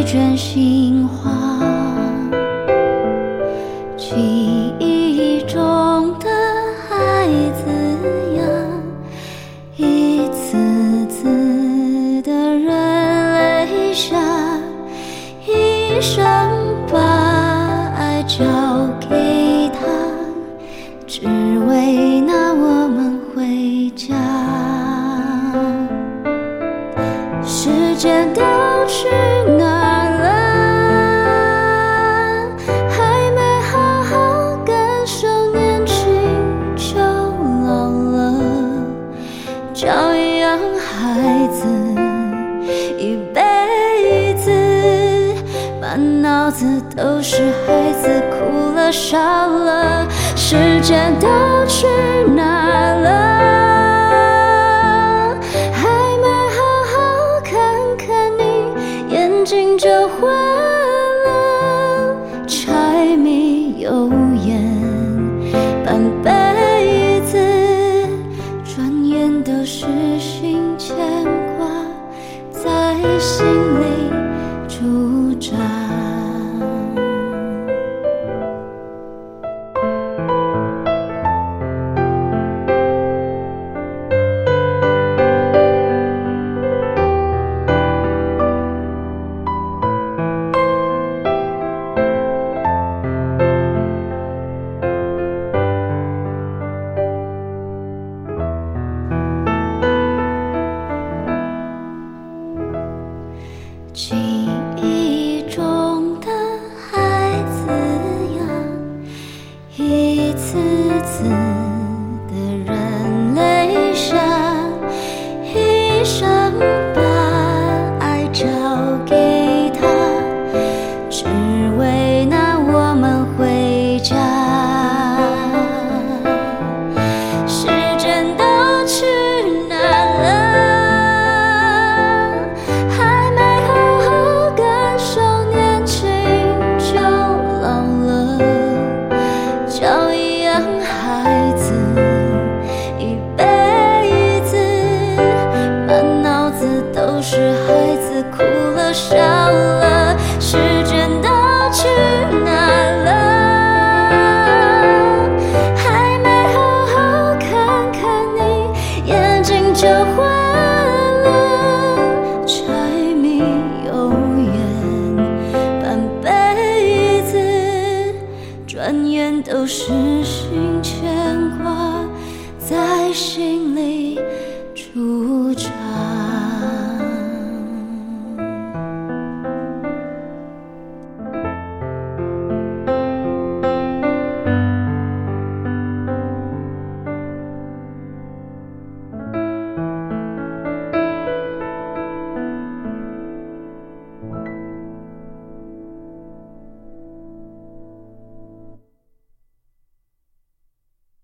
卷心花，记忆中的孩子呀，一次次的热泪下，一生把爱交给他，只为那我们回家。时间都去哪了？还没好好感受年轻就老了，教养孩子一辈子，满脑子都是孩子哭了笑了。时间都去哪了？就换了，柴米油盐半辈子，转眼都是心牵挂，在心里驻扎。记忆中的孩子呀，一次次的人泪下，一生把爱交给他，只为那我们回家。时间都去哪了？孩子一辈子，满脑子都是孩子哭了笑了。时间都去哪了？还没好好看看你，眼睛就花了，柴米油盐半辈子，转眼都是心牵挂，在心里驻扎。